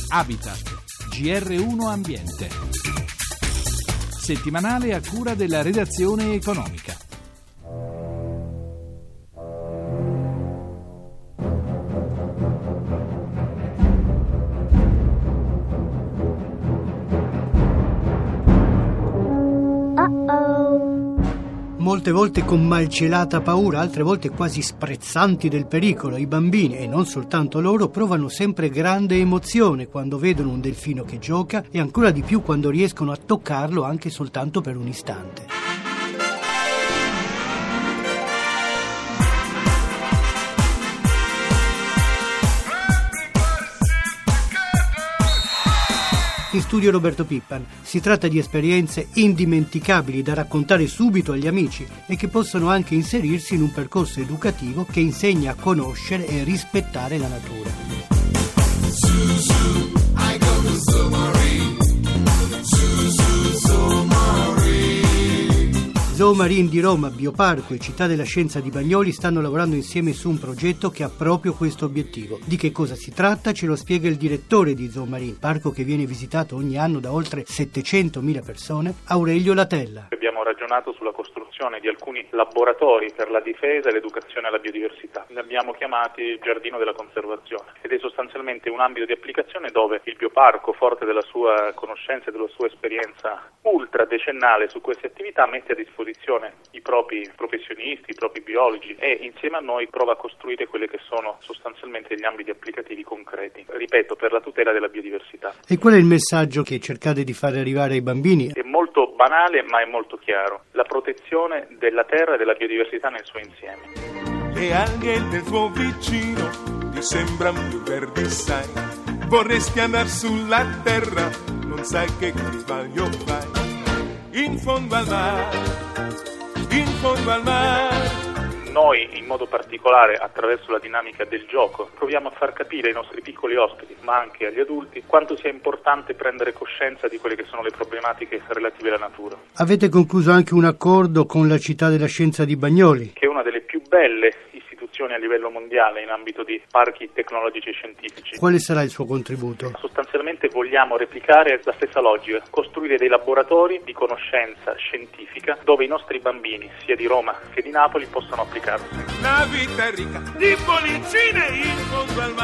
Habitat, GR1 Ambiente. Settimanale a cura della redazione economica. Molte volte con malcelata paura, altre volte quasi sprezzanti del pericolo, i bambini, e non soltanto loro, provano sempre grande emozione quando vedono un delfino che gioca e ancora di più quando riescono a toccarlo anche soltanto per un istante. In studio Roberto Pippan. Si tratta di esperienze indimenticabili da raccontare subito agli amici e che possono anche inserirsi in un percorso educativo che insegna a conoscere e rispettare la natura. Zoomarine di Roma, Bioparco e Città della Scienza di Bagnoli stanno lavorando insieme su un progetto che ha proprio questo obiettivo. Di che cosa si tratta ce lo spiega il direttore di Zoomarine, parco che viene visitato ogni anno da oltre 700.000 persone, Aurelio Latella. Abbiamo ragionato sulla costruzione di alcuni laboratori per la difesa e l'educazione alla biodiversità. Li abbiamo chiamati Giardino della Conservazione ed è sostanzialmente un ambito di applicazione dove il Bioparco, forte della sua conoscenza e della sua esperienza ultra decennale su queste attività, mette a disposizione i propri professionisti, i propri biologi e insieme a noi prova a costruire quelli che sono sostanzialmente gli ambiti applicativi concreti, ripeto, per la tutela della biodiversità. E qual è il messaggio che cercate di fare arrivare ai bambini? È molto banale ma è molto chiaro: la protezione della terra e della biodiversità nel suo insieme. Le alghe del tuo vicino ti sembrano più verdi, sai, vorresti andare sulla terra, non sai che sbaglio fai. In fondo al mare, in fondo al mare. Noi, in modo particolare, attraverso la dinamica del gioco, proviamo a far capire ai nostri piccoli ospiti, ma anche agli adulti, quanto sia importante prendere coscienza di quelle che sono le problematiche relative alla natura. Avete concluso anche un accordo con la Città della Scienza di Bagnoli, che è una delle più belle istituzioni a livello mondiale in ambito di parchi tecnologici e scientifici. Quale sarà il suo contributo? Sostanzialmente vogliamo replicare la stessa logica, costruire dei laboratori di conoscenza scientifica dove i nostri bambini, sia di Roma che di Napoli, possano applicarsi. La vita è ricca di bollicine in fondo al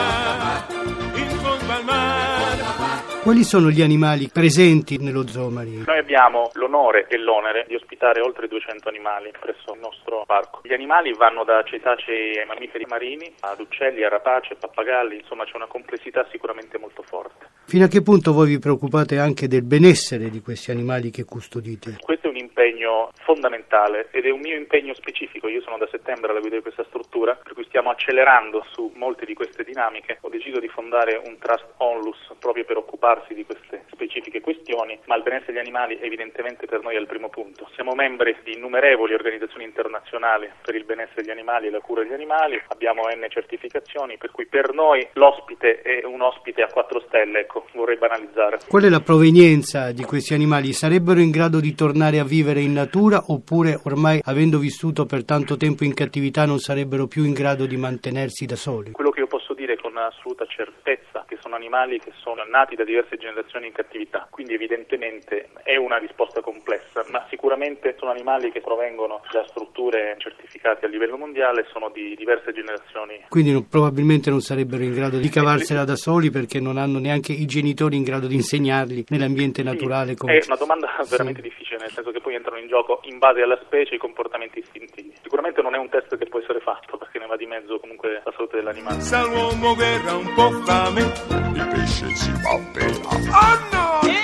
mare, in fondo al mare. Quali sono gli animali presenti nello Zoomarine? Noi abbiamo l'onore e l'onere di ospitare oltre 200 animali presso il nostro parco. Gli animali vanno da cetacei ai mammiferi marini, ad uccelli, a rapaci, a pappagalli, insomma c'è una complessità sicuramente molto forte. Fino a che punto voi vi preoccupate anche del benessere di questi animali che custodite? Questo è un impegno fondamentale ed è un mio impegno specifico. Io sono da settembre alla guida di questa struttura, per cui stiamo accelerando su molte di queste dinamiche. Ho deciso di fondare un trust onlus proprio per occuparsi di queste specifiche questioni, ma il benessere degli animali evidentemente per noi è il primo punto. Siamo membri di innumerevoli organizzazioni internazionali per il benessere degli animali e la cura degli animali, abbiamo N certificazioni, per cui per noi l'ospite è un ospite a 4 stelle, ecco, vorrei banalizzare. Qual è la provenienza di questi animali? Sarebbero in grado di tornare a vivere in natura oppure ormai, avendo vissuto per tanto tempo in cattività, non sarebbero più in grado di mantenersi da soli? Quello che io posso dire con assoluta certezza che sono animali che sono nati da diverse generazioni in cattività, quindi evidentemente è una risposta complessa, ma sicuramente sono animali che provengono da strutture certificate a livello mondiale, sono di diverse generazioni. Quindi probabilmente non sarebbero in grado di cavarsela da soli perché non hanno neanche i genitori in grado di insegnarli nell'ambiente naturale. Come... È una domanda veramente difficile, nel senso che poi entrano in gioco in base alla specie i comportamenti istintivi. Sicuramente non è un test che può essere fatto perché ne va di mezzo comunque la salute dell'animale. Se l'uomo verrà un po' fame, il pesce si fa bene. Oh no!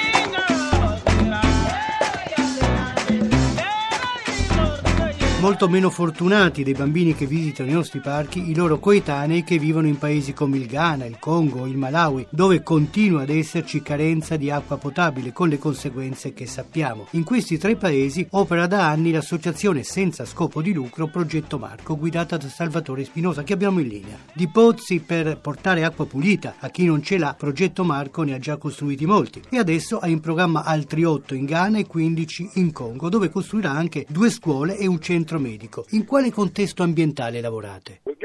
Molto meno fortunati dei bambini che visitano i nostri parchi i loro coetanei che vivono in paesi come il Ghana, il Congo, il Malawi, dove continua ad esserci carenza di acqua potabile con le conseguenze che sappiamo. In questi 3 paesi opera da anni l'associazione senza scopo di lucro Progetto Marco, guidata da Salvatore Spinosa, che abbiamo in linea. Di pozzi per portare acqua pulita a chi non ce l'ha, Progetto Marco ne ha già costruiti molti e adesso ha in programma altri 8 in Ghana e 15 in Congo, dove costruirà anche 2 scuole e un centro medico. In quale contesto ambientale lavorate?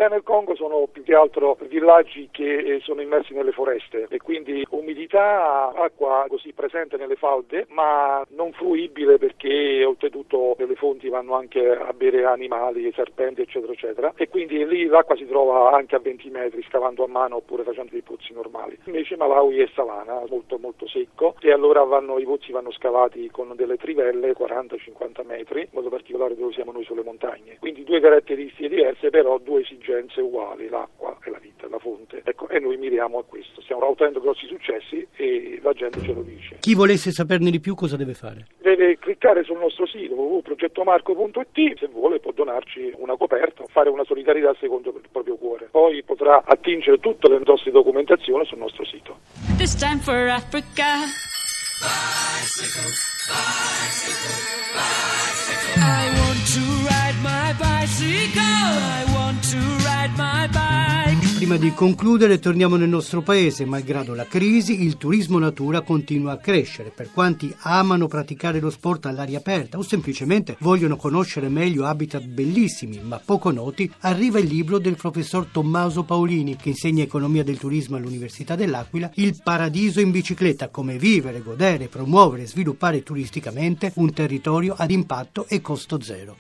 che nel Congo sono più che altro villaggi che sono immersi nelle foreste e quindi umidità, acqua così presente nelle falde ma non fruibile perché oltretutto le fonti vanno anche a bere animali, serpenti eccetera eccetera e quindi lì l'acqua si trova anche a 20 metri scavando a mano oppure facendo dei pozzi normali. Invece Malawi è savana, molto molto secco e allora i pozzi vanno scavati con delle trivelle 40-50 metri, in modo particolare dove siamo noi sulle montagne. Quindi due caratteristiche diverse però due esigenze uguali, l'acqua e la vita, la fonte. Ecco, e noi miriamo a questo, stiamo ottenendo grossi successi e la gente ce lo dice. Chi volesse saperne di più cosa deve fare? Deve cliccare sul nostro sito www.progettomarco.it, se vuole può donarci una coperta, fare una solidarietà secondo il proprio cuore. Poi potrà attingere tutte le nostre documentazioni sul nostro sito. This time for Africa. Bicycle, bicycle, bicycle. I want to ride my bicycle. I want to ride my bike. Prima di concludere torniamo nel nostro paese. Malgrado la crisi, il turismo natura continua a crescere. Per quanti amano praticare lo sport all'aria aperta o semplicemente vogliono conoscere meglio habitat bellissimi ma poco noti, arriva il libro del professor Tommaso Paolini che insegna economia del turismo all'Università dell'Aquila, Il paradiso in bicicletta, come vivere, godere, promuovere e sviluppare turisticamente un territorio ad impatto e costo zero.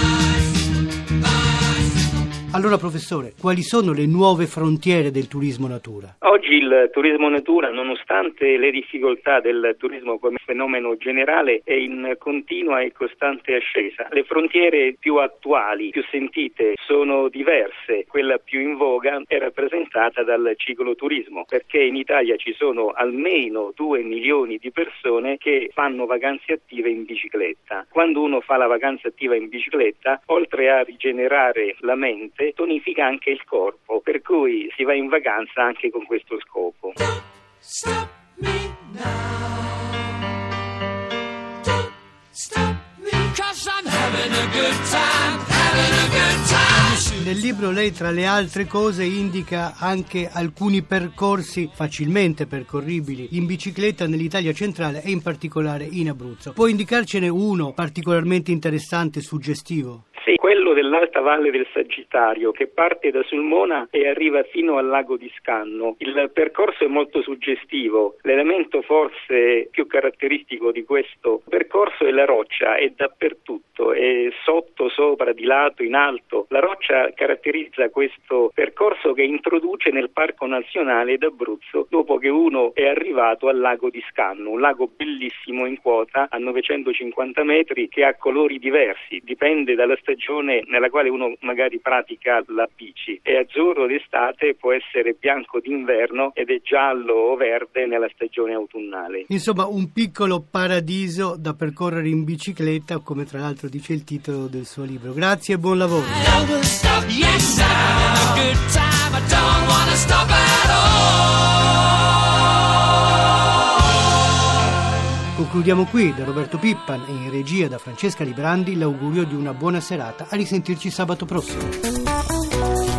Allora professore, quali sono le nuove frontiere del turismo natura? Oggi il turismo natura, nonostante le difficoltà del turismo come fenomeno generale, è in continua e costante ascesa. Le frontiere più attuali, più sentite, sono diverse. Quella più in voga è rappresentata dal cicloturismo, perché in Italia ci sono almeno 2 milioni di persone che fanno vacanze attive in bicicletta. Quando uno fa la vacanza attiva in bicicletta, oltre a rigenerare la mente, tonifica anche il corpo, per cui si va in vacanza anche con questo scopo. Don't stop me now. Don't stop me, 'cause I'm having a good time, having a good time. Nel libro lei tra le altre cose indica anche alcuni percorsi facilmente percorribili in bicicletta nell'Italia centrale e in particolare in Abruzzo. Può indicarcene uno particolarmente interessante e suggestivo? Sì, quello dell'Alta Valle del Sagittario che parte da Sulmona e arriva fino al lago di Scanno. Il percorso è molto suggestivo. L'elemento forse più caratteristico di questo percorso è la roccia, è dappertutto, è sotto, sopra, di lato, in alto. La roccia caratterizza questo percorso che introduce nel Parco Nazionale d'Abruzzo dopo che uno è arrivato al lago di Scanno, un lago bellissimo in quota a 950 metri che ha colori diversi, dipende dalla stagione nella quale uno magari pratica la bici. È azzurro d'estate, può essere bianco d'inverno ed è giallo o verde nella stagione autunnale. Insomma, un piccolo paradiso da percorrere in bicicletta, come tra l'altro dice il titolo del suo libro. Grazie e buon lavoro. Concludiamo qui. Da Roberto Pippan e in regia da Francesca Librandi l'augurio di una buona serata. A risentirci sabato prossimo.